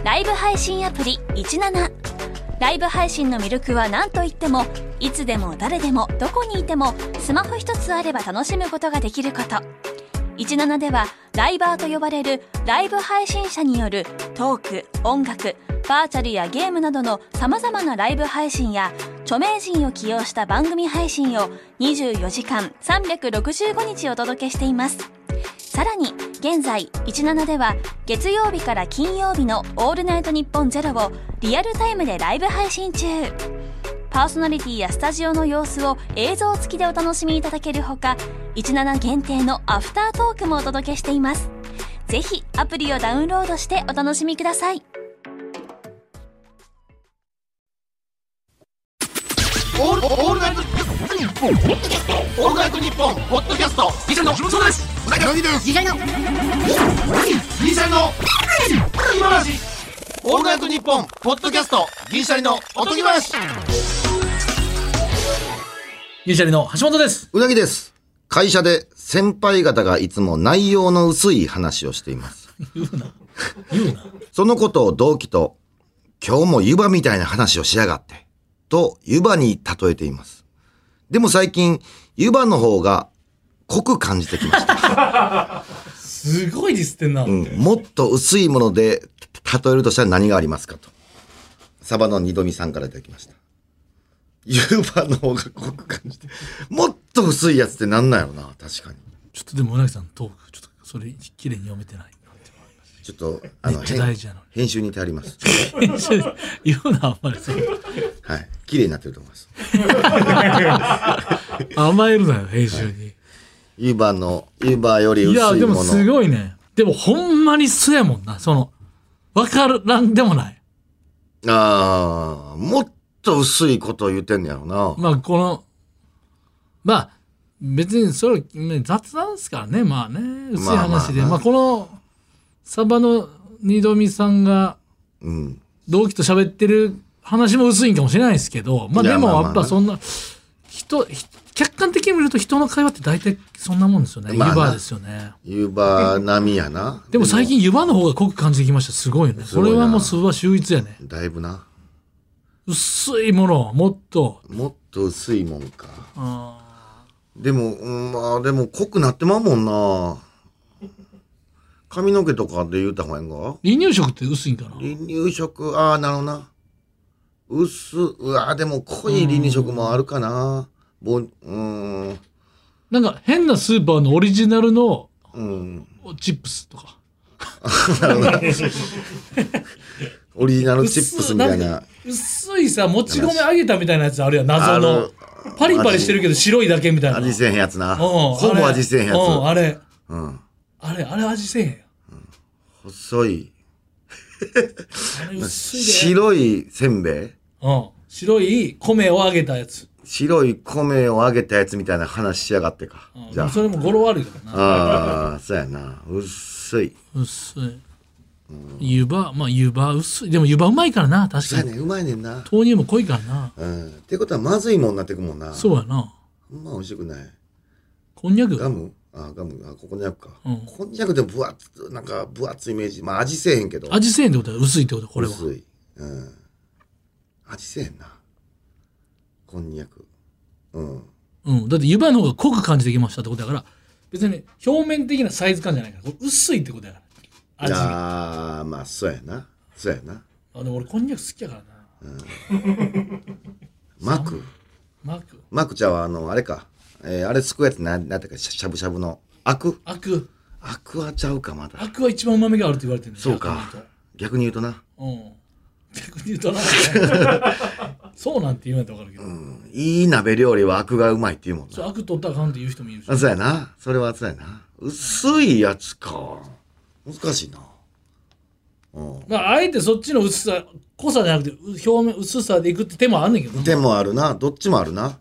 ライブ配信アプリ17。ライブ配信の魅力は何といっても、いつでも誰でもどこにいてもスマホ一つあれば楽しむことができること。17ではライバーと呼ばれるライブ配信者によるトーク、音楽、バーチャルやゲームなどの様々なライブ配信や著名人を起用した番組配信を24時間365日お届けしています。さらに現在17では月曜日から金曜日のオールナイトニッポンゼロをリアルタイムでライブ配信中。パーソナリティやスタジオの様子を映像付きでお楽しみいただけるほか、17限定のアフタートークもお届けしています。ぜひアプリをダウンロードしてお楽しみください。 オールナイトニッポンポッドキャストギシャリのそうです。うなぎです。ギシャリの今話。オールナイトニッポンポッドキャストギシャリのおとぎ話。 ギシャリの橋本です。 うなぎです。会社で先輩方がいつも内容の薄い話をしています。 言うな。 そのことを同期と、今日も湯葉みたいな話をしやがって、と湯葉に例えています。でも最近、湯葉の方が濃く感じてきました。 すごいディスってんな。 もっと薄いもので例えるとしたら何がありますかと。サバの二度見さんからいただきました。湯葉の方が濃く感じて。もっと薄いやつってなんなんやろな、確かに。 ちょっとでもうなぎさんトーク、ちょっとそれ綺麗に読めてない。 ちょっと、 めっちゃ大事なの。 編集に手あります。 言うな、あんまりそう。 はい。綺麗になってると思います。 甘えるなよ、編集に。 湯葉より薄いもの。 いや、でもすごいね。でもほんまにそうやもんな。わからんでもない。 もっと薄いことを言ってんねやろな。 別にそれ、ね、雑談ですからね、まあね、薄い話で。この、サバの二度見さんが、同期と喋ってる話も薄いんかもしれないですけど、でもやっぱそんな、客観的に見ると人の会話って大体そんなもんですよね。湯葉ですよね。 湯葉並みやな。 でも最近湯葉の方が濃く感じてきました。すごいね。これはもうすごい秀逸やね。 だいぶな。 薄いもの、もっと薄いもんか。でも、でも濃くなってまうもんな。髪の毛とかで言うた方がいいんか。 離乳食って薄いんかな。 離乳食、なるほどな。でも濃い離乳食もあるかな。 なんか変なスーパーのオリジナルのチップスとか。 オリジナルチップスみたいな。 薄いさ、もち米揚げたみたいなやつあるやん、謎の。パリパリしてるけど白いだけみたいな。 味せえへんやつな。ほぼ味せえへんやつ。 あれ味せえへんやん。 細い。 あれ薄いで。 白いせんべい？ 白い米を揚げたやつ。 白い米を揚げたやつみたいな話しやがってか。 じゃあ。それも語呂悪いからな。そうやな。薄い。 湯葉薄い。でも湯葉うまいからな、確かに。 そうやね、うまいねんな。 豆乳も濃いからな。 ってことはまずいもんになってくもんな。 そうやな。 美味しくない。 こんにゃく？ ガム、こんにゃくか。こんにゃくで分厚いイメージ。味せえへんけど。 味せえへんってことは薄いってことこれは。 薄い。味せえへんな。こんにゃく。 だって湯葉の方が濃く感じてきましたってことだから、別に表面的なサイズ感じゃないから、薄いってことやから。味が。 そうやな。 でも俺こんにゃく好きやからな。 マクちゃんはあれか。あれすくうやつなんだっけ、しゃぶしゃぶの。アクはちゃうか、まだ。 アクは一番旨味があるって言われてるんだよ。 そうか。逆に言うとな。 逆に言うとな。そうなんて言うんやったら分かるけど。 いい鍋料理はアクがうまいって言うもんな。 そう、アク取ったらあかんって言う人もいるし。 そうやな。それはそうやな。薄いやつか。難しいな。 あえてそっちの薄さ、濃さじゃなくて表面薄さでいくって手もあんねんけど。 手もあるな。どっちもあるな。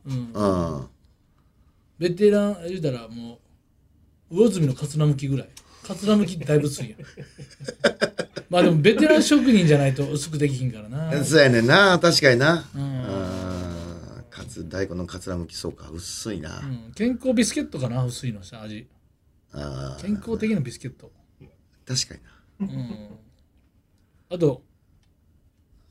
ベテラン言うたらもう魚住のかつらむきぐらい。かつらむきってだいぶ薄いやん。でもベテラン職人じゃないと薄くできひんからな。 そうやねんな。確かにな。大根のかつらむき、そうか、薄いな。 健康ビスケットかな、薄いのさ、味。健康的なビスケット。 確かにな。 あと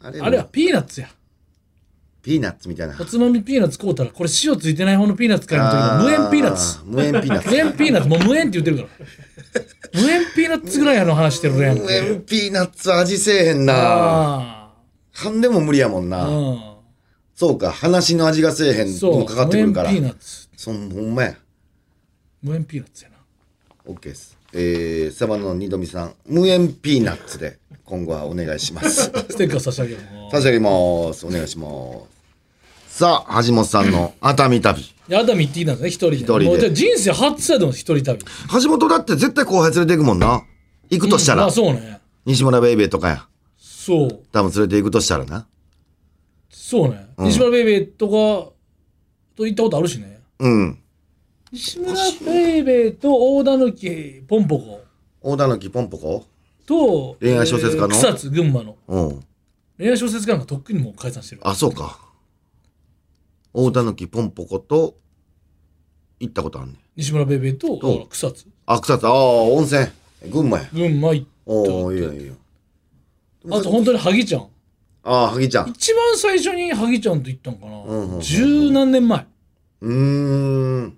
あれあれはピーナッツや。 ピーナッツみたいな。 おつまみピーナッツ買うたら、これ塩ついてない方のピーナッツ買いの時の無塩ピーナッツ。 無塩ピーナッツ。 無塩ピーナッツ、もう無塩って言ってるから。無塩ピーナッツぐらいの話してる俺やんけ。 無塩ピーナッツ味せえへんな。 あ半でも無理やもんあ。 な。 うん。 そうか、話の味がせえへんそう。 のかかってくるから。 無塩ピーナッツ。 ほんまや。 無塩ピーナッツやな。 OK です。サバの二度見さん、無塩ピーナッツで今後はお願いします。 ステッカー差し上げる。 差し上げます。お願いします。さあ、橋本さんの熱海旅。 いや、熱海行ってきたんですね、一人で。 一人でもうじゃあ人生初やと思う、一人旅。 橋本だって絶対後輩連れて行くもんな。行くとしたら。 まあそうね。 西村ベイベーとかや。 そう。 多分連れて行くとしたらな。 そうね。西村ベイベーとかと行ったことあるしね。 うん。 西村ベイベーと大田の木ポンポコ大田の木ポンポコと恋愛小説家の草津群馬のうん。 恋愛小説家なんかとっくにもう解散してる。 あ、そうか。大田の木ポンポコと行ったことあんねん。 西村ベイベーとと草津あ、草津。ああ、温泉。群馬や。 群馬行っおお、いいよいいよ。 あと本当に萩ちゃん。 ああ、萩ちゃん。 一番最初に萩ちゃんと行ったんかな。 んうんうん十何年前。 ん。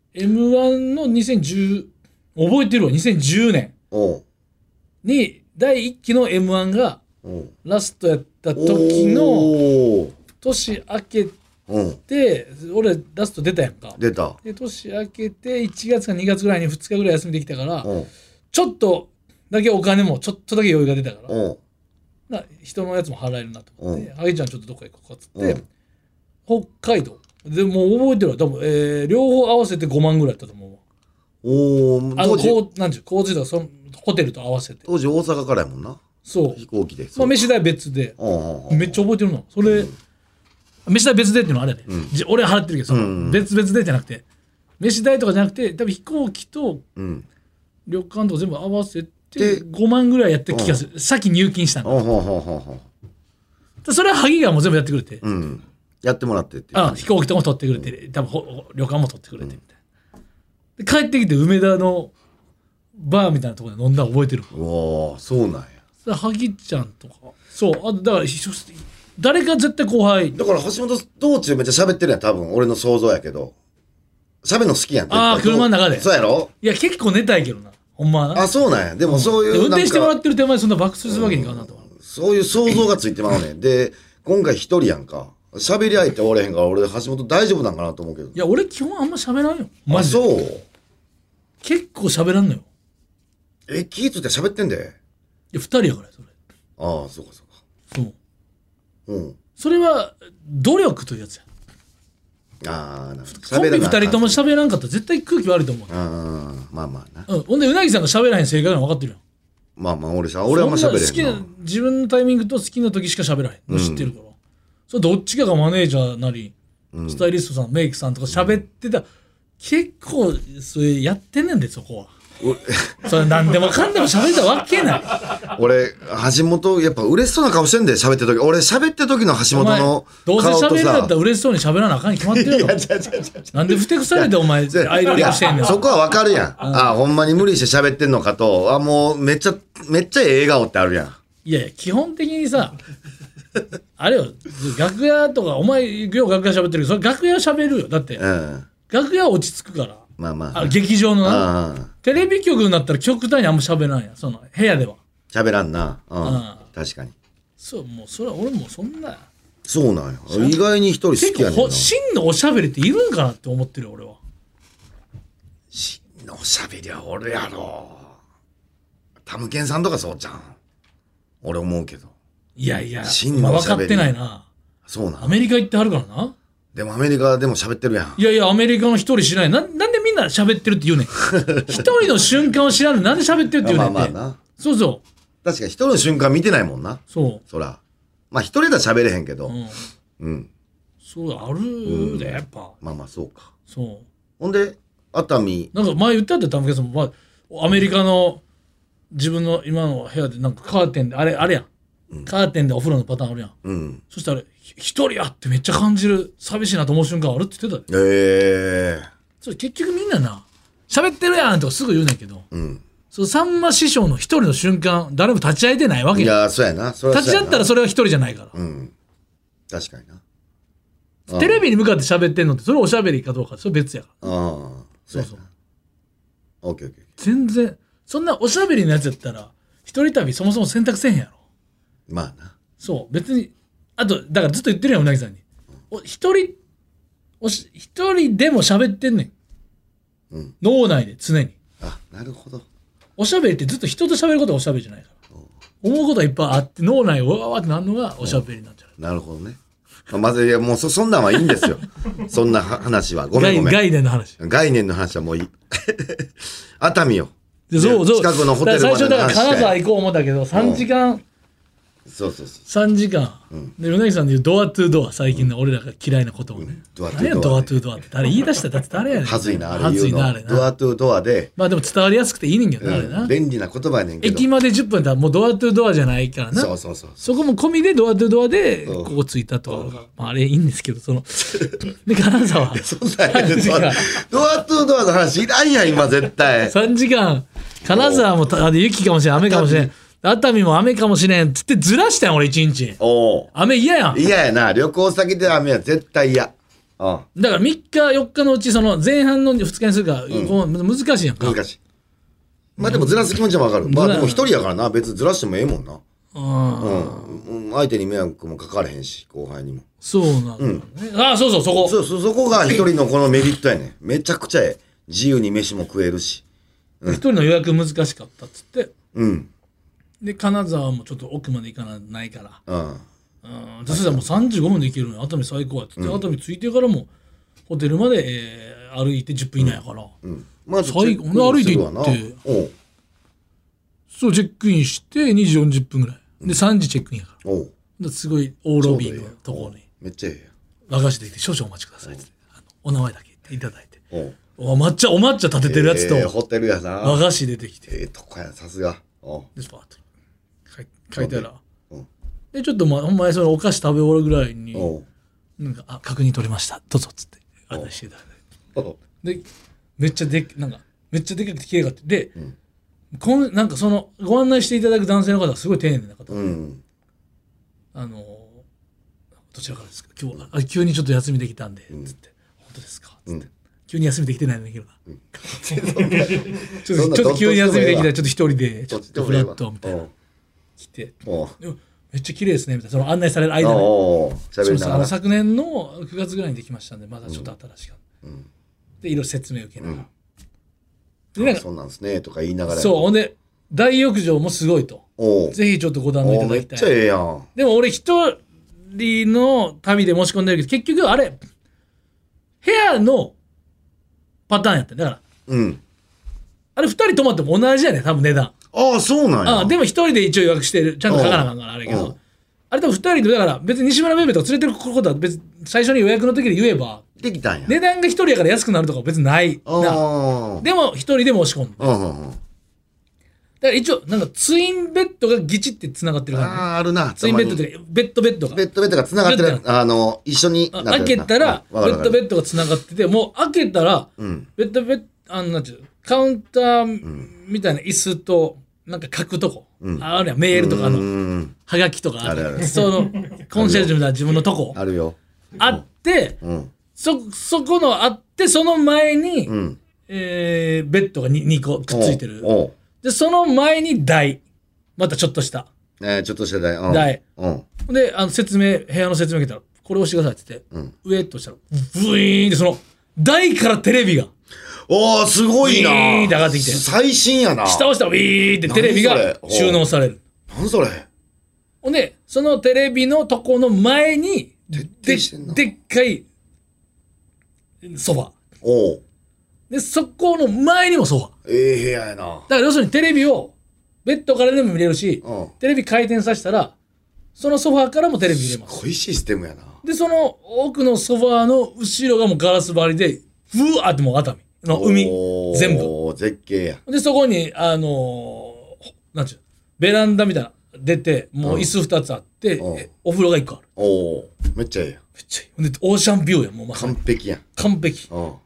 M1 の2010、覚えてるわ、2010年おうに第1期の M1 がおうラストやった時のおう年明けうん。 て、俺ラスト出たやんか。 出た。 で、年明けて1月か2月ぐらいに2日ぐらい休みできたから、 おうちょっとだけお金もちょっとだけ余裕が出たから、 おう人のやつも払えるなと思ってう、 ハゲちゃんちょっとどっか行こうかっつっうて、北海道。でもう覚えてるわ。多分、両方合わせて5万ぐらいやったと思うわ。 おう当時、 なんちゅう、交通費とかホテルと合わせて。 当時大阪からやもんな。 そう。 飛行機で。 まあ、飯代別で。 おうおうおうめっちゃ覚えてるの。それ、飯代別でっていうのはあれやで、俺は払ってるけど、別々でじゃなくて、飯代とかじゃなくて、多分飛行機とうん。 旅館とか全部合わせてで 5万ぐらいやってる気がする。さっき入金したんだ。 おうほうほうほうほう。 それは萩がもう全部やってくれて。 うん。やってもらってっていうあ感じ。 飛行機とかも取ってくれて、多分旅館も取ってくれてみたいな。で帰ってきて梅田のバーみたいなところで飲んだの覚えてる。 おお、そうなんや。 それ萩ちゃんとか。そう。あとだから誰か絶対後輩。 だから橋本道中めっちゃ喋ってるやん、多分。俺の想像やけど。喋るの好きやん。 あー絶対車の中でそうやろいや結構寝たいけどな。ほんまはな。 あ、そうなんや。でもそういうで運転してもらっってる手前そんな爆睡するわけにいかんなと思う。 そういう想像がついてまうねん。で、今回一人やんか。喋り相手おれへんから、俺、橋本大丈夫なんかなと思うけど。 いや俺基本あんま喋らんよ。マあ、 ジで。 そう結構喋らんのよ。 気ぃついて喋ってんで。 いや2人やからそれ。 ああ、そうかそうか。 そう。 うん。 それは努力というやつや。 ああ、なんかコンビ2人とも喋喋らんかったら絶対空気悪いと思う。 らな。まあまあな。 ほんでうなぎさんが喋らへん正解なの分かってるよ。 まあまあ、俺はあんま喋れへんな。 好きな自分のタイミングと好きな時しか喋らへんの知ってるから、それどっちかがマネージャーなり、スタイリストさんメイクさんとか喋ってた、結構それやってんねんでそこは。それ何でもかんでも喋ったわけない。 俺、橋本、やっぱ嬉しそうな顔してんで、喋ってる時。俺、喋ってる時の橋お前本のどうせ顔と喋るんだったさ。 ら嬉しそうに喋らなあかんに決まってるやろ。なんでふてくされてお前アイドリングしてんねん。 そこはわかるやん。ああ、ほんまに無理して喋ってんのかと。あ、もう、めっちゃええ笑顔ってあるやん。 いやいや基本的にさあれよ楽屋とかお前よう楽屋喋ってるけどそれ楽屋喋るよ。だってうん。 楽屋落ち着くからまあまあ。 劇場のなうん。 テレビ局になったら極端にあんま喋らんやんその部屋では。 喋らんな。うんうん。 確かに。 そうもうそれは俺もそんなそうなんや。意外に一人好結きやねんな。 構真のおしゃべりっているんかなって思ってるよ俺は。 真のおしゃべりは俺やろ。タムケンさんとかそうじゃん。俺思うけど。 いやいや真のおしゃべり分かってないな。 そうなん。 アメリカ行ってはるからな。 でもアメリカでも喋ってるやん。 いやいやアメリカの一人知らないなんでみんな喋ってるって言うねん一人の瞬間を知らんのなんで喋ってるって言うねんって。 まあまあな。 そうそう確かに一人の瞬間見てないもんな。 そそら。まあ一人だったら喋れへんけど。 う、うん、 うん。 そうあるでやっぱ、 まあまあそうか。 そほんで、熱海。 うなんか前言ったってたむけさんも、まあ、アメリカの自分の今の部屋でなんかカーテンであれやん、カーテンでお風呂のパターンあるやん、 うん。 そしたら一人やってめっちゃ感じる寂しいなと思う瞬間あるって言ってたで。 ええそれ結局みんなな喋ってるやんとかすぐ言うねんけど、 うん。 そのさんま師匠の一人の瞬間誰も立ち会えてないわけいや。 やそうやな。それは立ち会ったらそれは一人じゃないから、 うん確かにな。 テレビに向かって喋ってんのってそれおしゃべりかどうかそれ別やからああそうやな。オッケーオッケー。 全然そんなおしゃべりのやつやったら一人旅そもそも選択せんやろ。 まあな。 そう別にあとだからずっと言ってるやんうなぎさんに一人でも喋ってんねん、 うん、 脳内で常に。 あなるほど。 おしゃべりってずっと人と喋ることがおしゃべりじゃないから思うことがいっぱいあって脳内をわわわってなるのがおしゃべりなんじゃない。 なるほどね。まずいやもうそんなんはいいんですよそんな話はごめん概念の話概念の話はもういい熱海よ。 そう近くのホテルまでの話最初だから金沢行こう思ったけど3時間そう 3時間、でうなぎさんで言うドアトゥドア最近の俺らが嫌いなことをね、何やドアトゥドアって誰言い出したらだって誰やねん。 はずいなあれはず言うのいなあれな。 ドアトゥドアでまあでも伝わりやすくていいねんけどな、あれな。 便利な言葉やねんけど駅まで10分だったらもうドアトゥドアじゃないからな。 そうそこも込みでドアトゥドアでここ着いたとか、まあ、あれいいんですけどそので金沢そんなんやねんドアトゥドアの話いらんやん今絶対 3時間金沢も雪かもしれん雨かもしれん熱海も雨かもしれんっつってずらしたん俺1日。 お雨嫌やん。 嫌やな旅行先で雨は絶対嫌。だから3日4日のうちその前半の2日にするから、難しいやんか。 難しい。まあでもずらす気持ちはわかる。まあでも一人やからな別にずらしてもええもんな。相手に迷惑もかかれへんし後輩にも。 そうなんだよね。あそうそこ。 そこが一人のこのメリットやね。めちゃくちゃええ。自由に飯も食えるし。 一人の予約難しかったっつって。 うんで金沢もちょっと奥まで行かないから、そしたらもう35分で行けるのよ熱海最高やっつって、熱海着いてからもホテルまで、歩いて10分以内やから、 まず最後歩いて行ってそうチェックインして2時40分ぐらいで3時チェックインやからですごい大ロビーのところにめっちゃええ和菓子できて少々お待ちくださいってお名前だけ言っていただいてお抹茶立ててるやつとホテルやな和菓子出てきてとこやさすがでスパーッと書いたらでちょっとほんまにそのお菓子食べ終わるぐらいになんか確認取れましたどうぞっつって案内していただいてでめっちゃでかくて綺麗があってで、なんかそのご案内していただく男性の方がすごい丁寧な方で、どちらからですか今日急にちょっと休みできたんで、つって本当ですかつって、急に休みできてないんだけどな、ちょっと急に休みできたらちょっと一人でちょっとフラットみたいな来てめっちゃ綺麗ですねみたいなその案内される間に昨年の9月ぐらいにできましたんでまだちょっと新しかった、でいろいろ説明を受けながら、 そうなんですねとか言いながらそうほんで大浴場もすごいとぜひちょっとご堪能いただきたい。 めっちゃええやん。 でも俺一人の旅で申し込んでるけど結局あれ部屋のパターンやっただからあれ2人泊まっても同じやね多分値段。 ああそうなんや。 でも1人で一応予約してるちゃんと書かなあかんからあれけどあれ多分2人でだから別に西村ベイベーとか連れてることは別に最初に予約の時で言えばできたんや。 値段が1人やから安くなるとか別にないな。でも1人で申し込んでだから一応なんかツインベッドがギチってつながってるからね。 あるな。 ツインベッドってベッドがベッドがつながってる一緒に開けたらベッドがつながっててもう開けたらベッドなんていうカウンターみたいな椅子となんか書くとこあるやんメールとかはがきとかあるそのコンシェルジュみたいな自分のとこあるよあってそこのあってその前にベッドが2個くっついてるでその前に台またちょっとしたちょっとした台で部屋の説明受けたらこれ押してくださいって言って上としたらブイーンってその台からテレビがおーすごいなーって上がってきて最新やな下押したらウィーってテレビが収納される。 何それほんでそのテレビのとこの前にでっかいソファでそこの前にもソファ部屋やな。だから要するにテレビをベッドからでも見れるしテレビ回転させたらそのソファからもテレビ見れます。 すごいシステムやな。 でその奥のソファの後ろがもうガラス張りでふわーってもう熱海の海全部絶景や。 でそこになんちゅうベランダみたいな出てもう椅子2つあってお風呂が1個ある。 めっちゃええやん。 めっちゃいい。でオーシャンビューやもうまさに完璧やん。 完璧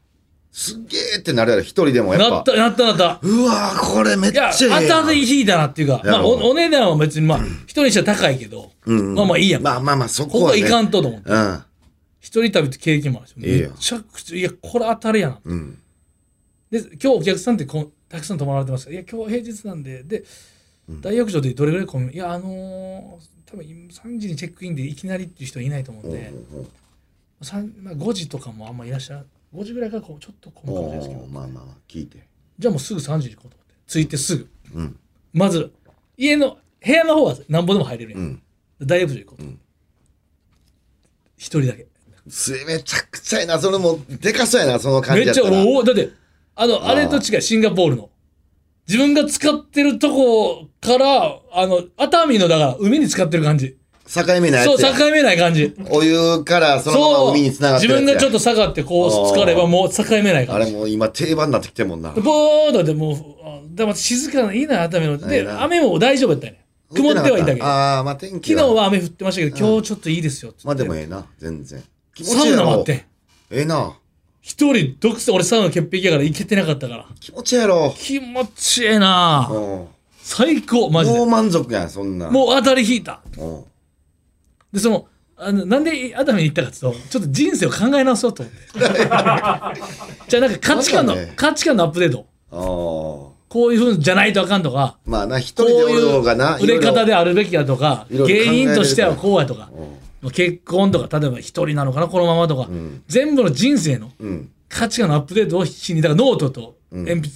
すげーってなるやろ、一人でもやっぱ。 なった。 うわー、これめっいや、 ちゃええやん。 当たり引いたなっていうか、まあ、お値段は別に、まあ、一人にしては高いけど、まあまあいいやん。 まあ、そこここはね。 はいかんと思って。 うん。 一人旅って経験もあるんですよ。 いいよめちゃくちゃ、いや、これ当たりやな。で、今日お客さんってたくさん泊まられてますから、いや、今日平日なんで、で、大浴場でどれぐらい混む？いや、多分3時にチェックインでいきなりっていう人はいないと思うんで、まあ、5時とかもあんまいらっしゃる。5時ぐらいからちょっと混むかもしれないですけど。 まあ、聞いて。 じゃあもうすぐ3時に行こうと思って。着いてすぐ。まず、部屋の方はなんぼでも入れるやん。大浴場行こうと。一人だけ。 めちゃくちゃやな、それも、でかそうやな、その感じめっちゃ、 やったら。 だって、あれと違う、シンガポールの。自分が使ってるとこから、熱海の、だから、海に使ってる感じ。 境目ないやつや。 そう、境目ない感じ。 お湯からそのまま海に繋がってるやつや。 自分がちょっと下がって、こう、浸かれば、もう境目ないあ感じ。 れもう今定番になってきてんもんな。 ボーッとでもう、でも静かな、いいな、熱海の。で、雨も大丈夫やったよね。曇ってはいたけど。 ああ、まあ天気昨日は雨降ってましたけど、今日ちょっといいですよ。 まあでもええな、全然。 サウナもあってん。 ええな。 一人独占、俺サウナ潔癖やから行けてなかったから。 気持ちやろ。 気持ちええな。最高、マジで。 もう満足やん、そんな。 もう当たり引いた。で、なんで熱海に行ったかっていうと、ちょっと人生を考え直そうと思って。じゃあなんか価値観のアップデート。こういうふうじゃないとあかんとか、 まあな、一人でおる方がな、 売れ方であるべきだとか、芸人としてはこうやとか、結婚とか、例えば一人なのかな、このままとか、全部の人生の価値観のアップデートをしに、だからノートと鉛筆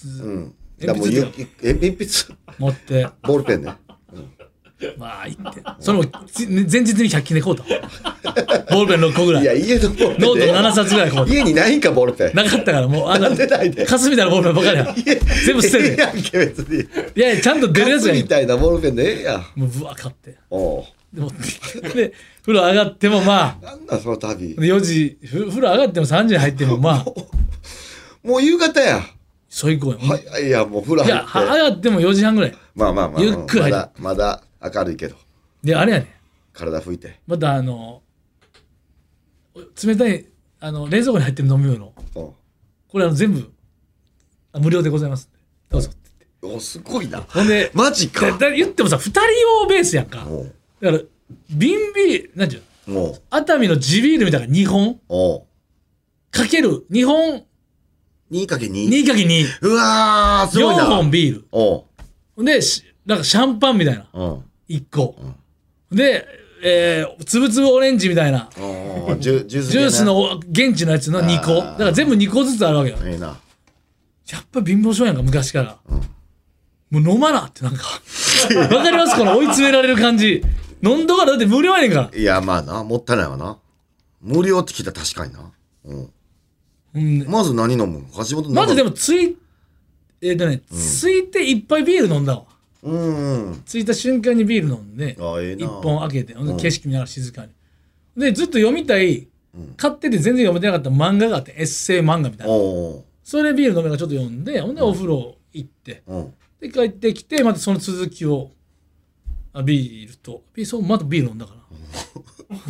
持って、 ボールペンね。 まあ、行って。それも前日に100均で買うた。ボールペン6個ぐらい。 いや、家のボールペン。 ノート7冊ぐらい買うた。 家にないんか、ボールペン。 なかったから、もう、カスみたいなボールペンばかりや。全部捨てて。いやいや、ちゃんと出るやつや。 カスみたいなボールペンでええやん。 もう、ぶわ、買って。で、風呂上がっても、まあ。 なんだ、その旅。 4時、風呂上がっても3時に入っても、まあ。 もう夕方や。 最高や。 いや、もう風呂入って。 いや、上がっても4時半ぐらい。 まあ。 ゆっくり入って。 まだ明るいけど。 で、あれやね。 体拭いて。 また冷たい、冷蔵庫に入ってる飲み物。これ全部、無料でございます。どうぞって言って。お、すごいな。 ほんで、 マジか。 言ってもさ、2人用ベースやんか。だから、瓶ビール、なんていうの？熱海の地ビールみたいな2本かける2本。 2×2。 2×2。 うわー、すごいな。 4本ビール。で、なんかシャンパンみたいな。1個。で、つぶつぶオレンジみたいな。 ジュースの現地のやつの2個。だから全部2個ずつあるわけよ。 ええな。 やっぱ貧乏症やんか、昔から。もう飲まなってなんか。わかります？この追い詰められる感じ。飲んどからだって無料やねんから。 いや、まあな、もったいないわな。無料って聞いたら確かにな。まず何飲むの？橋本まずでも着いていっぱいビール飲んだわ。着いた瞬間にビール飲んで、1本開けて、景色見ながら静かに。で、ずっと読みたい、買ってて全然読めてなかった漫画があって、エッセイ漫画みたいな。それビール飲みながらちょっと読んで、ほんでお風呂行って、で、帰ってきて、またその続きを、ビールと、またビール飲んだから。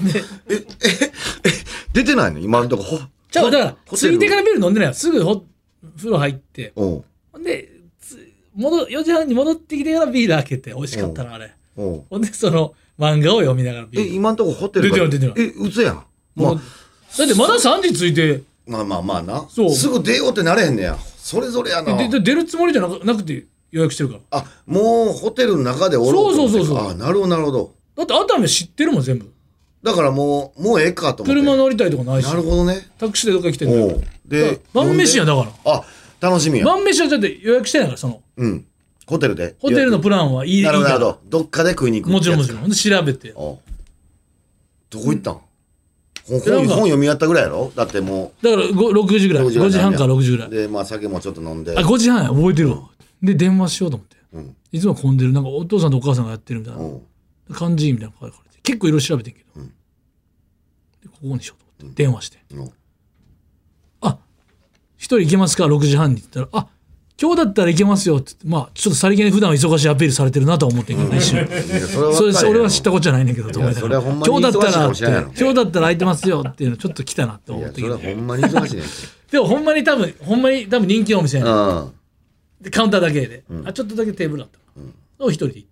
で、 出てないの今のとこ。 だから、着いてからビール飲んでないよ。すぐ風呂入って、ほんで、4時半に戻ってきてからビール開けて、美味しかったな、あれ。ほんで、その漫画を読みながらビール。 今んとこホテル出てない。 嘘やん。 だってまだ3時着いて。 まあな。すぐ出ようってなれへんねや。それぞれやな。 出るつもりじゃなくて予約してるから。 もうホテルの中でおろうと。そう。なるほど。 だって熱海知ってるもん、全部。 だからもうええかと思って。 車乗りたいとかないし。 なるほどね。 タクシーでどっか来てんの。 で、 晩飯やだから。 楽しみや。 晩飯はだって予約してないから、 ホテルで。 ホテルのプランはいいから。 なるほど。どっかで食いに行く。 もちろん。で、調べて。 どこ行ったん？本読みやったぐらいやろ？だってもう。 だから6時ぐらい。5時半から6時ぐらい。 で、まあ酒もちょっと飲んで。 5時半や、覚えてるわ。で、電話しようと思って。いつも混んでる。なんかお父さんとお母さんがやってるみたいな。感じみたいなの書かれて。結構いろいろ調べてんけど。ここにしようと思って。電話して。一人行けますか ?6 時半にって言ったら、今日だったら行けますよって言って、まあ、ちょっとさりげに普段は忙しいアピールされてるなとは思ってんけど、一瞬。俺は知ったことじゃないねんけど、今日だったら空いてますよっていうのちょっと来たなって思って。 それはほんまに忙しいねん。 でもほんまに多分人気のお店やねうんでカウンターだけで、 うんちょっとだけテーブルあったの、一人で行って、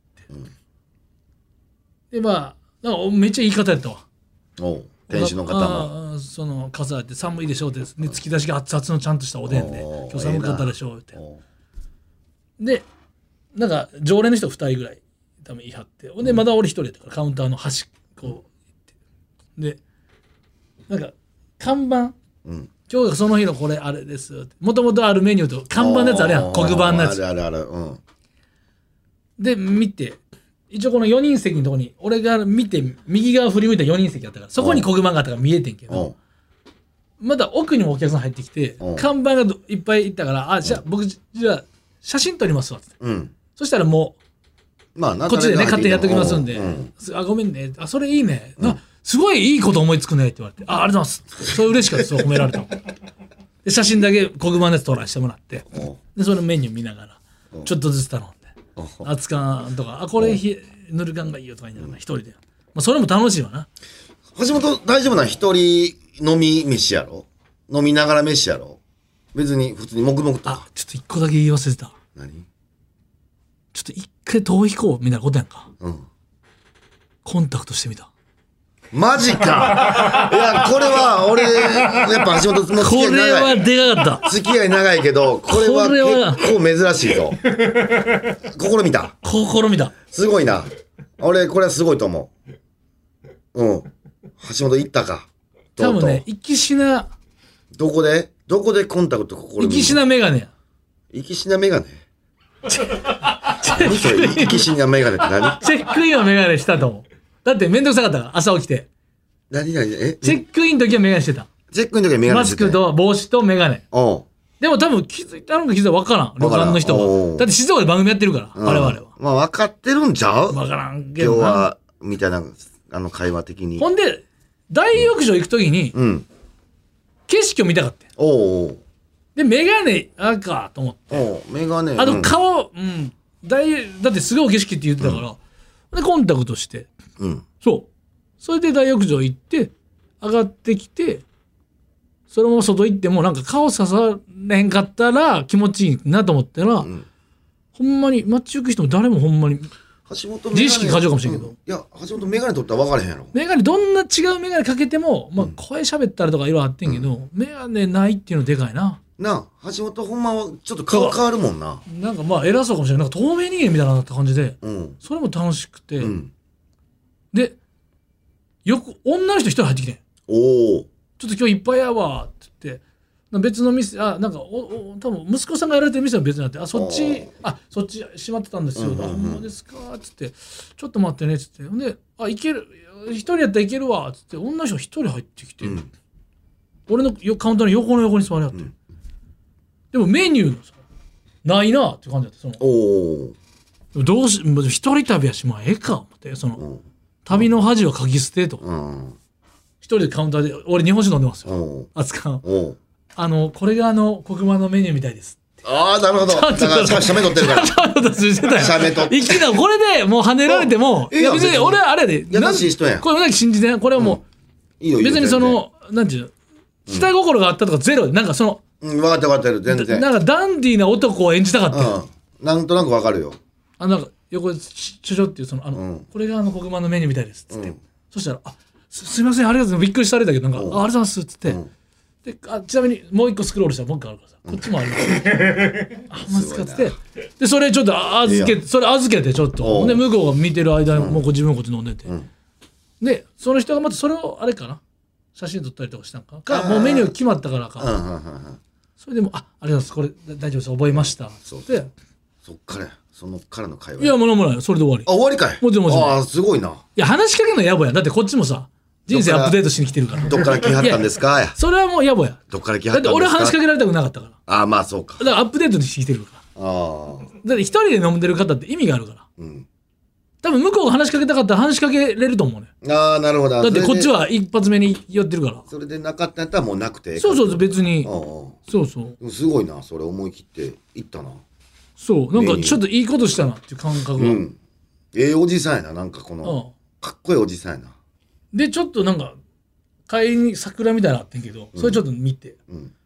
でまあなんかめっちゃいい方やったわ。 おう店主の方もその傘あって寒いでしょうってで突き出しが熱々のちゃんとしたおでんでおー今日寒かったでしょうっておうでなんか常連の人2人ぐらい多分言い張ってほんでまだ俺1人やったからカウンターの端っこ行ってでなんか看板うん今日がその日のこれあれですってもともとあるメニューと看板のやつあるやん黒板のやつあるうんで見て一応この4人席のとこに俺が見て右側振り向いた4人席あったからそこに黒板があったから見えてんけどまだ奥にもお客さん入ってきて看板がいっぱいいったからじゃあ僕じゃあ写真撮りますわってそしたらもうこっちでね勝手にやっときますんであごめんねあそれいいねすごいいいこと思いつくねって言われてありがとうございますそれ嬉しかったそう褒められたので写真だけ黒板のやつ撮らせてもらってでそのメニュー見ながらちょっとずつ頼んで熱燗とかこれ塗る感がいいよとか言いながら一人でまあそれも楽しいわな。 橋本大丈夫な一人飲み飯やろ飲みながら飯やろ別に普通に黙々とちょっと一個だけ言い忘れてた。 何ちょっと一回逃避行みたいなことやんかコンタクトしてみた。 マジかいやこれは俺やっぱ橋本の付き合いこれはでかかった付き合い長いけどこれは結構珍しいぞ試みたすごいな俺これはすごいと思う橋本行ったか多分ね行きしなどこでコンタクト試みた行きしなメガネや行きしなメガネ何それ行きしなメガネって何チェックインはメガネしたと思う。だってめんどくさかったから朝起きてチェックインの時はメガネしてた。 チェックインの時はメガネマスクと帽子とメガネでも多分気づいたのか気づいたら分からん旅館の人はだって静岡で番組やってるから我々はまあ分かってるんちゃう分からんけど今日はみたいな会話的にほんで大浴場行く時に景色を見たかったでメガネかと思ってメガネあと顔だってすごい景色って言ってたからでコンタクトしてそれで大浴場行って上がってきてそのまま外行ってもなんか顔刺されへんかったら気持ちいいなと思ったら、ほんまに街行く人も誰もほんまに自意識過剰かもしれんけど、 いや橋本メガネ取ったら分からへんやろメガネどんな違うメガネかけても、まあ、声喋ったりとかいろいろあってんけど、メガネないっていうのでかいな橋本ほんまはちょっと顔変わるもんななんかまあ偉そうかもしれないなんか透明人間みたいな感じで、それも楽しくて、で女の人一人入ってきてちょっと今日いっぱいやわって言って別の店なんか多分息子さんがやられてる店は別になってそっち閉まってたんですよほんまですかっつってちょっと待ってねっつってほんでいける一人やったらいけるわっつって女の人一人入ってきて、俺のカウンターの横に座り合って、でもメニューのさないなって感じだったどうし一人旅やしまあええか思って旅の恥はかき捨てと一人でカウンターで俺日本酒飲んでますよ熱燗これが黒板のメニューみたいですなるほどだから写メ撮ってるから写メ撮っていきなりこれでもう跳ねられてもいや別に俺はあれやで優しい人やんこれも信じてないこれはもう別になんていう下心があったとかゼロでなんか分かってる全然なんかダンディーな男を演じたかったなんとなく分かるよなんか横でちょっていうこれが黒板のメニューみたいですっつってそしたらすいませんありがとうございますびっくりされたけどなんかありがとうございますっつってでちなみにもう一個スクロールしたらもう一個あるからさこっちもあるマジかっつってでそれちょっと預けてちょっとほんで向こうが見てる間にもう自分こっち飲んでてでその人がまたそれをあれかな写真撮ったりとかしたんかもうメニュー決まったからかそれでもありがとうございますこれ大丈夫です覚えましたってそっからの会話いやもうないそれで終わり終わりかいもちろんすごいないや話しかけるのやぼやだってこっちもさ人生アップデートしに来てるからどっから来はったんですかそれはもうやぼやどっから来はったんですかだって俺は話しかけられたくなかったからまあそうかだからアップデートにしてきてるからだって一人で飲んでる方って意味があるから多分向こうが話しかけたかったら話しかけれると思うねなるほどだってこっちは一発目に寄ってるからそれでなかったんやったらもうなくてそう別にそうすごいなそれ思い切っていったななんかちょっといいことしたなっていう感覚がおじさんやななんかかっこいいおじさんやなでちょっとなんか帰りに桜みたいなのあってんけどそれちょっと見て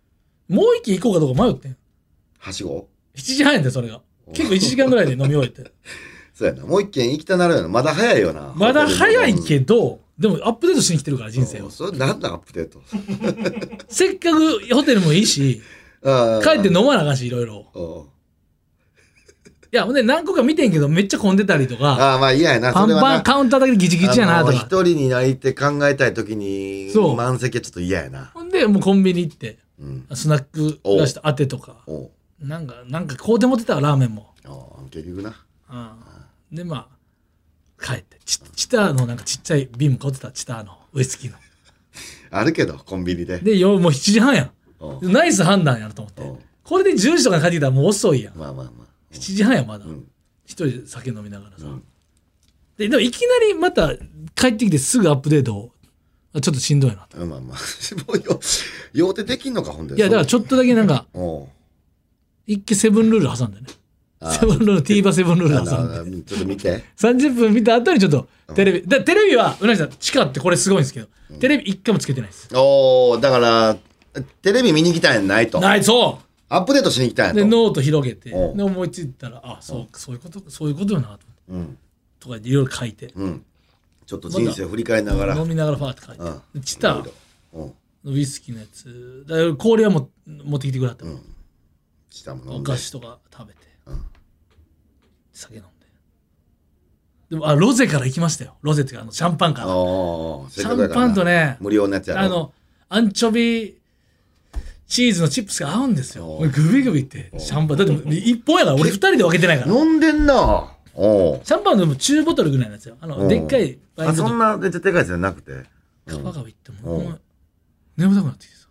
もう一軒行こうかどうか迷ってん。 はしご 7時半やでそれが。結構1時間ぐらいで飲み終えて。 そうやな。もう一軒行きたなるよな。まだ早いよな。 まだ早いけど、でもアップデートしに来てるから人生を。 それなんだアップデート。 せっかくホテルもいいし、帰って飲まなあかんし、いろいろ。いや、ほんで何個か見てんけど、めっちゃ混んでたりとか、 まあ嫌やな。 パンパンカウンターだけでギチギチやなとか。 一人になりて考えたいときに、満席はちょっと嫌やな。 ほんで、もうコンビニ行って、スナック出して当てとか、なんかこうでもってたわ、ラーメンも。 結局な。 で、まあ、帰って、チターのなんかちっちゃい瓶も買ってた、チターのウイスキーの。 あるけど、コンビニで。 で、もう7時半やん。ナイス判断やなと思って。これで10時とかに帰ってきたらもう遅いやん。 まあ。 7時半やまだ、一人で酒飲みながらさ、でもいきなりまた帰ってきてすぐアップデートをちょっとしんどいなと。 まあ用手できんのかほんで。 いやだからちょっとだけなんか一気セブンルール挟んでね、セブンルールティーバセブンルール挟んでちょっと見て 30分見た後にちょっとテレビ、テレビはうなぎさん地下ってこれすごいんですけど、テレビ一回もつけてないです。 だからテレビ見に来たんやないと。 ない、そうアップデートしに来たんやと。 でノート広げて、で思いついたらそういうことよなと、とかいろいろ書いて、 ちょっと人生振り返りながら飲みながらファーって書いて、チタのウイスキーのやつだから氷は持ってきてくれはったの、 チタも飲んでお菓子とか食べて、酒飲んで、でもロゼから行きましたよ。ロゼっていうかシャンパンから、シャンパンとね、 無料のやつやろ。 アンチョビチーズのチップスが合うんですよ。グビグビってシャンパンだって1本やから、俺2人で分けてないから。 飲んでんな。 シャンパンでも中ボトルぐらいなんですよ。でっかいワインボトル。そんなでっちゃでかいやつじゃなくて。 カバがいっても眠たくなってきてさ。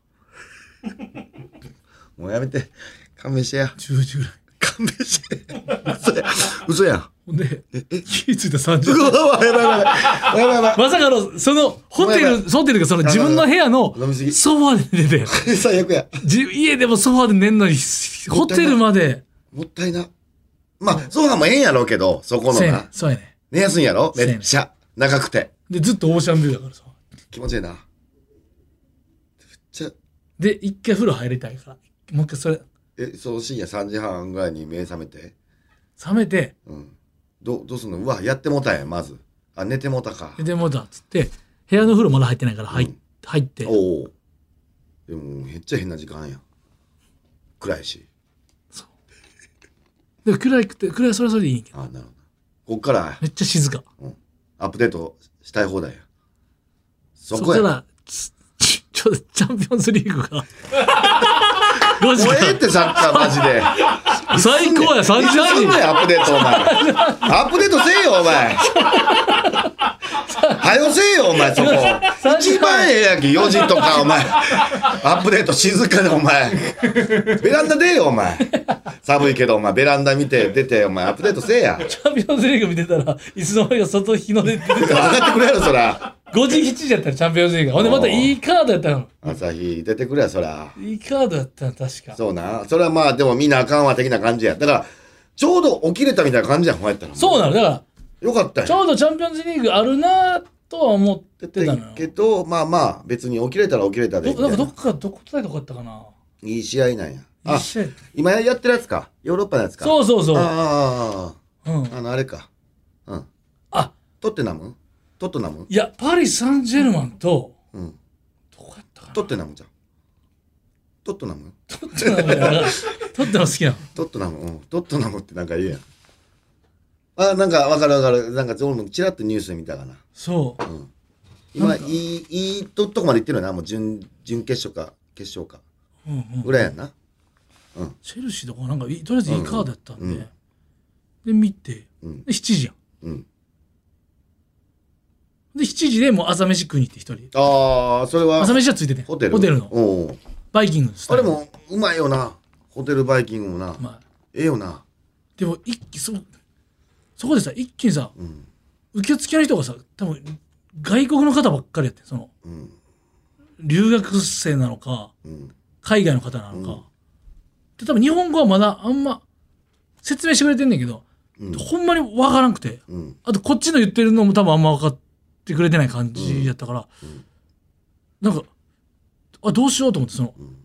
もうやめて。勘弁してや。 10時ぐらい。 勘弁して。嘘やん。 ほんで、気ぃついた30分。まさかそのホテルがその自分の部屋のソファーで寝て。 最悪や。 家でもソファーで寝んのに、ホテルまで。 もったいな。まあ、ソファーもええんやろうけど、そこのな。 そうやね。 寝やすいんやろめっちゃ。長くて。 で、ずっとオーシャンビューだからさ。 気持ちいいな。めっちゃ。 で、一回風呂入りたいから。もう一回それ。 そう深夜3時半ぐらいに目覚めて。 覚めて。 どうすんの？うわ、やってもうたんや、まず。寝てもうたか。 寝てもうたっつって、部屋の風呂まだ入ってないから入って。 おお。でも、めっちゃ変な時間やん。暗いし。 そう。で、暗いそれはそれでいいけど。 なるほど。こっから。 めっちゃ静か。 アップデートしたい放題や。 そこや。そこから、ちょっとチャンピオンズリーグが。 もうええってサッカーマジで。 最高や、3時半に。 アップデートお前。アップデートせえよお前。はよせえよお前そこ。一番ええやんけ4時とかお前。アップデート静かでお前。ベランダ出えよお前。寒いけどお前ベランダ見て出てお前アップデートせえや。 チャンピオンズリーグ見てたらいつの間にか外日の出て上がってくれやろそら。 5時7時やったらチャンピオンズリーグ。ほんでまたいいカードやったの。 朝日出てくれやそら。 いいカードやったの確か。 そうな。それはまあでも見なあかんわ的な感じや。だからちょうど起きれたみたいな感じやん。こうやったら。 そうなの。だからよかったよ。 ちょうどチャンピオンズリーグあるなとは思ってたのよ。 けどまあまあ別に起きれたら起きれたで。 なんかどこやったかな。 いい試合なんや。今やってるやつか。ヨーロッパのやつか。 そうそうそう。 あれか。トッテナムいや、パリ・サンジェルマンと、どこやったかな。 トッテナムじゃん。トッテナム好きなの。トッテナムってなんか言うやん。なんかわかる。なんか俺もチラッとニュースで見たかな。 そう。 今、いいとこまで行ってるよな。もう準決勝か、決勝か。ぐらいやんな。 チェルシーとかなんか、とりあえずいいカードやったんで。で、見て、7時やん。で、7時でもう朝飯食いに行って一人。 それは。 朝飯はついてて。ホテルの。バイキングあれもうまいよな。ホテルバイキングもな。ええよな。 でもそこでさ、一気にさ、受付の人がさ、多分外国の方ばっかりやって、留学生なのか、海外の方なのか。で、多分日本語はまだあんま説明してくれてんねんけど、ほんまにわからんくて、あとこっちの言ってるのも多分あんま分かってくれてない感じやったから、なんか、どうしようと思って、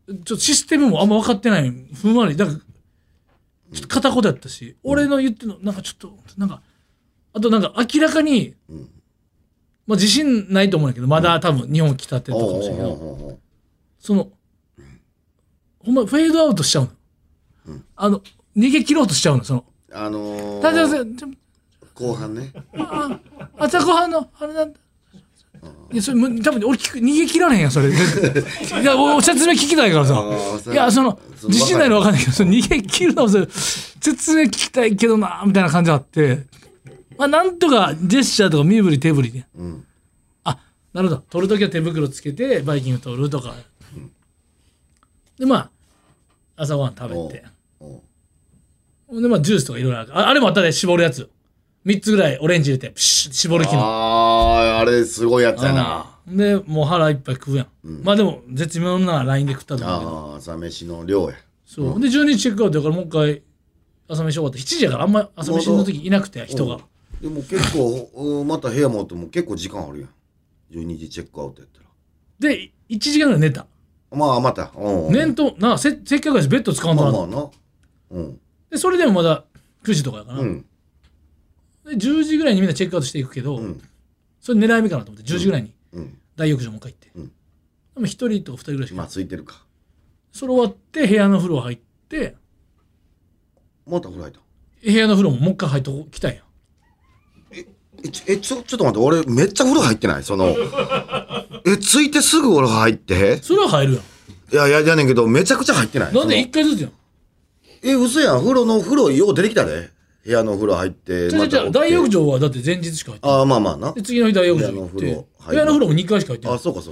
ちょっとシステムもあんま分かってないふんわりだからちょっと片言やったし、俺の言ってるのなんかちょっとなんかあとなんか明らかに、まあ自信ないと思うんだけどまだ多分日本来たってるとかもしれないけど、そのほんまフェードアウトしちゃうの、逃げ切ろうとしちゃうのその大丈夫です後半ね。 じゃあ後半のあれなんだいやそれ多分俺逃げ切られへんやんそれいやお説明聞きたいからさいやその自信ないの分かんないけどその逃げ切るのそれ説明聞きたいけどなみたいな感じがあって、まあなんとかジェスチャーとか身振り手振りで、あなるほど取るときは手袋つけてバイキング取るとか、でまあ朝ごはん食べてでまあジュースとかいろいろあるあれもあったで絞るやつ3つぐらいオレンジ入れてプシュッ絞る機能あれすごいやつやな。 でもう腹いっぱい食うやん、まあでも絶妙なラインで食ったと思うけど朝飯の量や。 そうで12時チェックアウトだからもう一回朝飯終わって7時やからあんま朝飯の時いなくて人がでも結構また部屋戻っても結構時間あるやん12時チェックアウトやったらで1時間ぐらい寝たまあまた念となせっかくやしベッド使わんとな、 まあなでそれでもまだ9時とかやかな、で10時ぐらいにみんなチェックアウトしていくけど、それ狙い目かなと思って10時ぐらいに大浴場もう一回行って、でも1人とか2人ぐらいしかまあついてるか。 それ終わって部屋の風呂入ってまた風呂入った。 部屋の風呂ももう一回入っときたいやんちょっと待って俺めっちゃ風呂入ってないそのついてすぐ俺入ってそれは入るやんいやねんけどめちゃくちゃ入ってない。 なんで1回ずつやん嘘やん。風呂よう出てきたで。部屋の風呂入ってじゃ大浴場はだって前日しか入ってないまあな。 で次の日大浴場行って部屋の風呂も2回しか入ってないそうか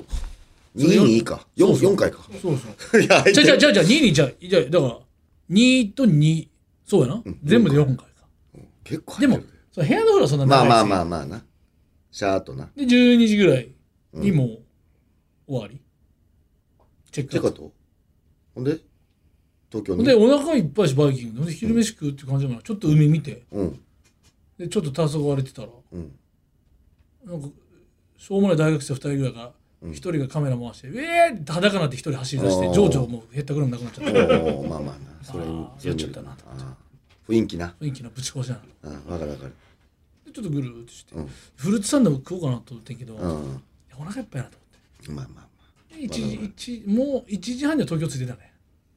2か4回か。 そうそうじゃあ2にじゃあだから2と2そうやな、全部で4回か結構でも部屋の風呂そんな長いまあなシャーっとな。 で12時ぐらいにもう終わり、チェックアウトほんで東京にでお腹いっぱいしバイキングで昼飯食うって感じだからちょっと海見て、でちょっと黄昏れてたら、なんかしょうもない大学生2人ぐらいが1人がカメラ回してって裸になって1人走り出して情緒もうへったくれもなくなっちゃったまあなそれやっちゃったなと思って雰囲気のぶち壊しな分かるでちょっとぐるーっとして、フルーツサンドも食おうかなと思ってんけど、お腹いっぱいなと思ってもう1時半には東京着いてたね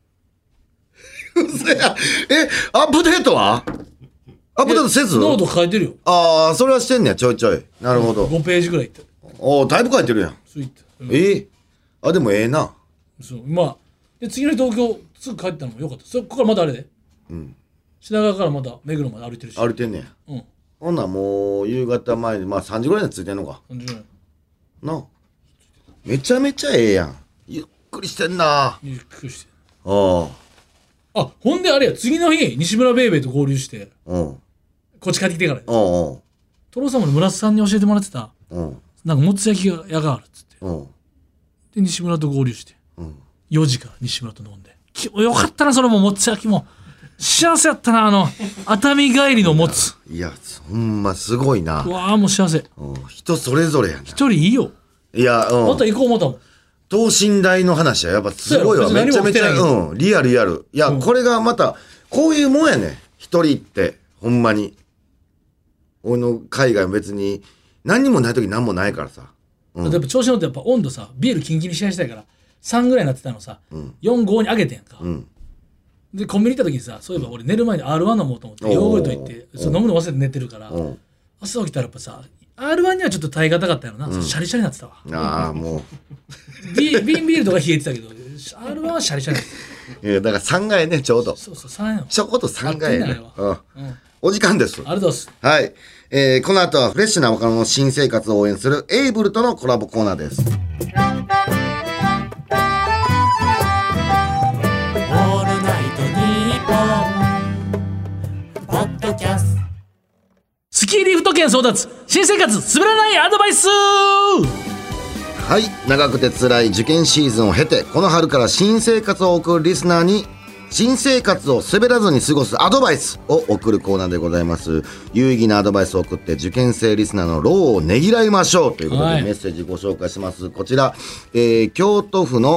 嘘やアップデートはアップデートせずノート書いてるよそれはしてんねやちょいなるほど 5ページぐらいいってだいぶ書いてるやんついてでもなそうまあで次の日東京すぐ帰ったのもよかったここからまたあれで品川からまた目黒まで歩いてるし歩いてんねやほんならもう夕方前に3時ぐらいに着いてんのか 3時ぐらいなめちゃめちゃええやんゆっくりしてんなゆっくりしてほんであれや次の日西村ベイベーと合流してこっち帰ってきてからトロサムの村瀬さんに教えてもらってたなんかもつ焼き屋があるっつってで西村と合流して4時から西村と飲んでよかったなそれももつ焼きも幸せやったな熱海帰りのもついやほんますごいなうわもう幸せ人それぞれやな一人いいよいやまた行こうまたもん等身大の話はやっぱすごいわめちゃめちゃリアルいやこれがまたこういうもんやね一人ってほんまに俺の海外別に何にもない時何もないからさやっぱ調子乗ってやっぱ温度さビールキンキンにしないしたいから3ぐらいになってたのさ4、5に上げてんかでコンビニ行った時にさそういえば俺寝る前に R1 飲もうと思ってヨーグルト行って飲むの忘れて寝てるから朝起きたらやっぱさR1 にはちょっと耐え難かったよな、シャリシャリになってたわもう瓶ビールとか冷えてたけど R1 はシャリシャリになってたいやだから3階ねちょうどそう3やちょこっと3階ねお時間ですありがとうございますはい、この後はフレッシュな若者の新生活を応援するエイブルとのコラボコーナーですスキーリフト券争奪新生活滑らないアドバイスはい長くて辛い受験シーズンを経てこの春から新生活を送るリスナーに新生活を滑らずに過ごすアドバイスを送るコーナーでございます。有意義なアドバイスを送って受験生リスナーの労をねぎらいましょうということで、メッセージご紹介します。こちら、京都府の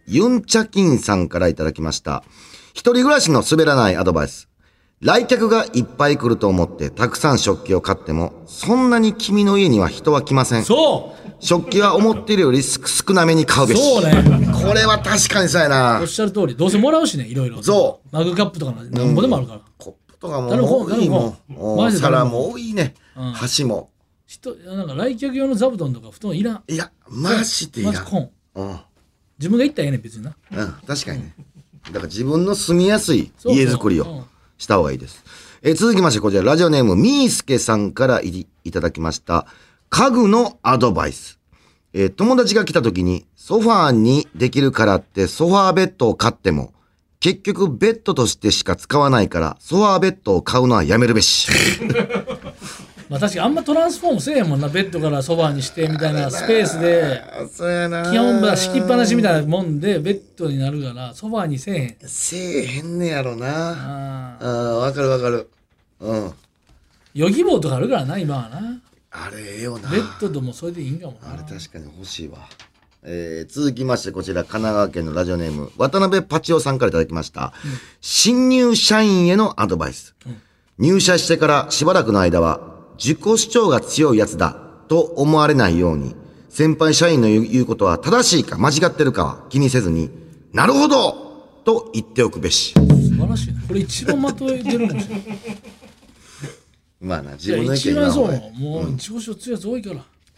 ユンチャキンさんからいただきました。一人暮らしの滑らないアドバイス。来客がいっぱい来ると思ってたくさん食器を買っても、そんなに君の家には人は来ません。食器は思っているより少なめに買うべし。 そうね。 これは確かにそうやな。 おっしゃる通り、どうせもらうしね、いろいろ。 そう。 マグカップとかなんぼでもあるから。 コップとかも多いもん。皿も多いね。箸も。 なんか来客用の座布団とか布団いらん。 いや、マジでいらん。 マジコン。自分が行ったらええねん、別にな。 確かにね。だから自分の住みやすい家づくりをした方がいいです。続きましてこちらラジオネームみーすけさんからいただきました家具のアドバイス。友達が来た時にソファーにできるからってソファーベッドを買っても結局ベッドとしてしか使わないからソファーベッドを買うのはやめるべし。 まあ確かにあんまトランスフォームせえへんもんな。ベッドからソファーにしてみたいなスペースでそうやな。 基本は敷きっぱなしみたいなもんでベッドになるからソファーにせえへん。 せえへんねやろな。わかるわかる。 ヨギボーとかあるからな今はな。 あれええよな。 ベッドともそれでいいんかもな。 あれ確かに欲しいわ。続きましてこちら神奈川県のラジオネーム渡辺パチオさんからいただきました、新入社員へのアドバイス、入社してからしばらくの間は自己主張が強いやつだと思われないように先輩社員の言うことは正しいか間違ってるかは気にせずになるほどと言っておくべし。 素晴らしいね。これ一番まとえてるかもしれない。 まあな、自分の意見一番そう。もう自己主張強いやつ多いから。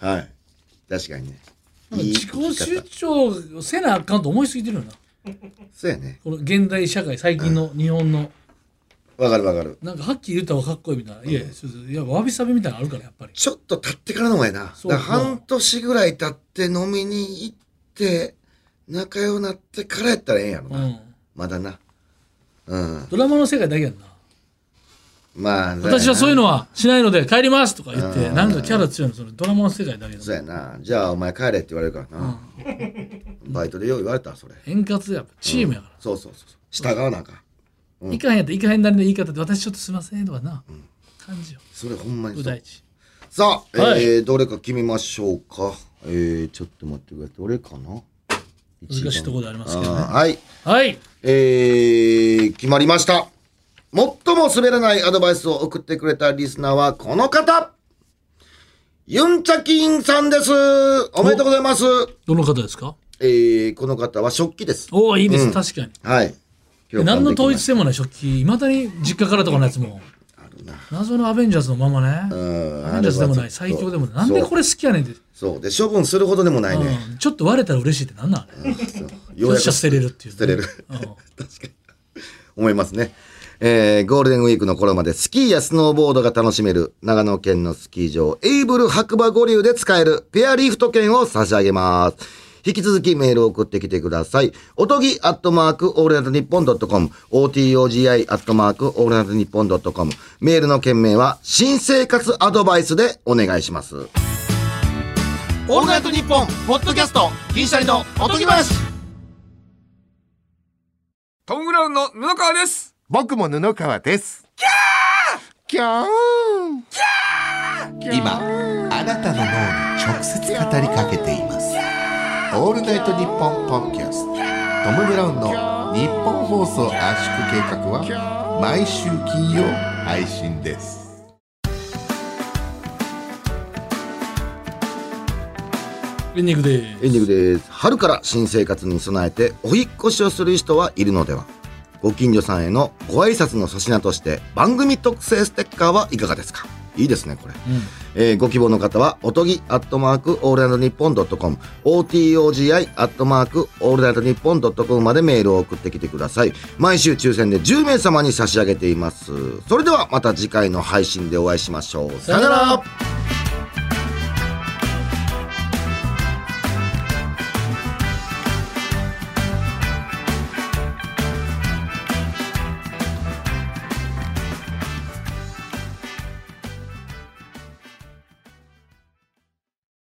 はい。確かにね。 自己主張せなあかんと思いすぎてるよな。 そうやね。 この現代社会最近の日本の。 わかるわかる。 なんかはっきり言った方がかっこいいみたいな。いやわびさびみたいなのあるからやっぱり。 ちょっと経ってからの方がやな。だから半年ぐらい経って飲みに行って仲良くなってからやったらええんやろな。まだな。 ドラマの世界だけやんな。 まあ、 私はそういうのはしないので帰りますとか言ってなんかキャラ強いのそれドラマの世界だけだ。 そうやな。じゃあお前帰れって言われるからな。バイトでよう言われたそれ。 円滑やっぱチームやから。 そう従わなあかん。 いかへんやったらいかへんなりの言い方で私ちょっとすいませんとかな、感じよ。 それほんまにそう。 大事。 さあ、どれか決めましょうか。ちょっと待ってください。どれかな。 難しいところでありますけどね。 はいはい。 決まりました。最も滑らないアドバイスを送ってくれたリスナーはこの方、ユンチャキンさんです。おめでとうございます。 どの方ですか？ この方は食器です。 おお、いいです、確かに。 はい。 何の統一性もない食器、いまだに実家からとかのやつもあるな。 謎のアベンジャーズのままね。アベンジャーズでもない、最強でもない。なんでこれ好きやねんって。 そうで処分するほどでもないね。 ちょっと割れたら嬉しいってなんなんあれ。よっしゃ捨てれるっていう。 捨てれる。確かに思いますね。ゴールデンウィークの頃までスキーやスノーボードが楽しめる長野県のスキー場エイブル白馬五竜で使えるペアリフト券を差し上げます。引き続きメールを送ってきてください。おとぎ@オールナイトニッポン.com、OTOGI @オールナイトニッポン.com。メールの件名は新生活アドバイスでお願いします。 オールナイトニッポンポッドキャスト銀シャリのおとぎ話。 トム・ブラウンの布川です。 僕も布川です。キャーキャー。今あなたの脳に直接語りかけています。オールナイトニッポンポッドキャスト、トム・ブラウンの日本放送圧縮計画は毎週金曜配信です。 エンディングです。春から新生活に備えてお引っ越しをする人はいるのでは。ご近所さんへのご挨拶の粗品として番組特製ステッカーはいかがですか。いいですねこれ、ご希望の方はおとぎ@オールナイトニッポン.com、 OTOGI @オールナイトニッポン.com までメールを送ってきてください。毎週抽選で10名様に差し上げています。それではまた次回の配信でお会いしましょう。さよなら。